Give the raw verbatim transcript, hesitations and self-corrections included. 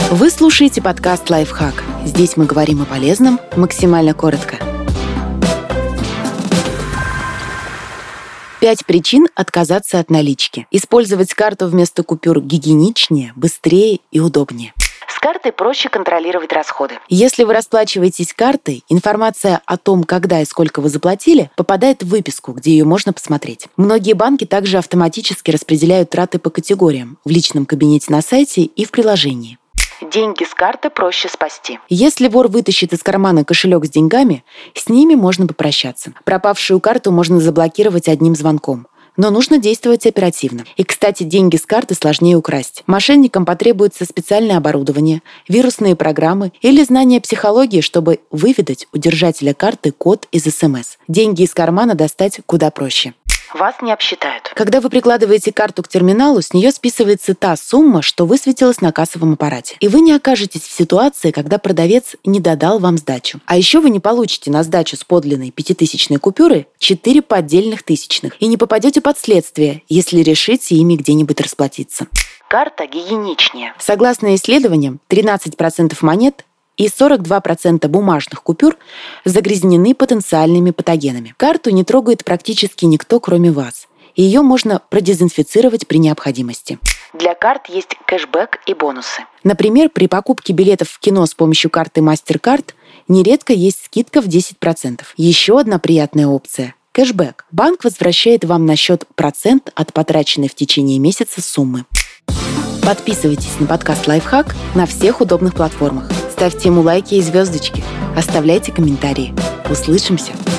Вы слушаете подкаст «Лайфхак». Здесь мы говорим о полезном максимально коротко. Пять причин отказаться от налички. Использовать карту вместо купюр гигиеничнее, быстрее и удобнее. С картой проще контролировать расходы. Если вы расплачиваетесь картой, информация о том, когда и сколько вы заплатили, попадает в выписку, где ее можно посмотреть. Многие банки также автоматически распределяют траты по категориям в личном кабинете на сайте и в приложении. Деньги с карты проще спасти. Если вор вытащит из кармана кошелек с деньгами, с ними можно попрощаться. Пропавшую карту можно заблокировать одним звонком. Но нужно действовать оперативно. И, кстати, деньги с карты сложнее украсть. Мошенникам потребуется специальное оборудование, вирусные программы или знание психологии, чтобы выведать у держателя карты код из эс эм эс. Деньги из кармана достать куда проще. Вас не обсчитают. Когда вы прикладываете карту к терминалу, с нее списывается та сумма, что высветилась на кассовом аппарате. И вы не окажетесь в ситуации, когда продавец не додал вам сдачу. А еще вы не получите на сдачу с подлинной пятитысячной купюры четыре поддельных тысячных и не попадете под следствие, если решите ими где-нибудь расплатиться. Карта гигиеничнее. Согласно исследованиям, тринадцать процентов монет и сорок два процента бумажных купюр загрязнены потенциальными патогенами. Карту не трогает практически никто, кроме вас. Ее можно продезинфицировать при необходимости. Для карт есть кэшбэк и бонусы. Например, при покупке билетов в кино с помощью карты MasterCard нередко есть скидка в десять процентов. Еще одна приятная опция – кэшбэк. Банк возвращает вам на счет процент от потраченной в течение месяца суммы. Подписывайтесь на подкаст «Лайфхак» на всех удобных платформах. Ставьте ему лайки и звездочки. Оставляйте комментарии. Услышимся!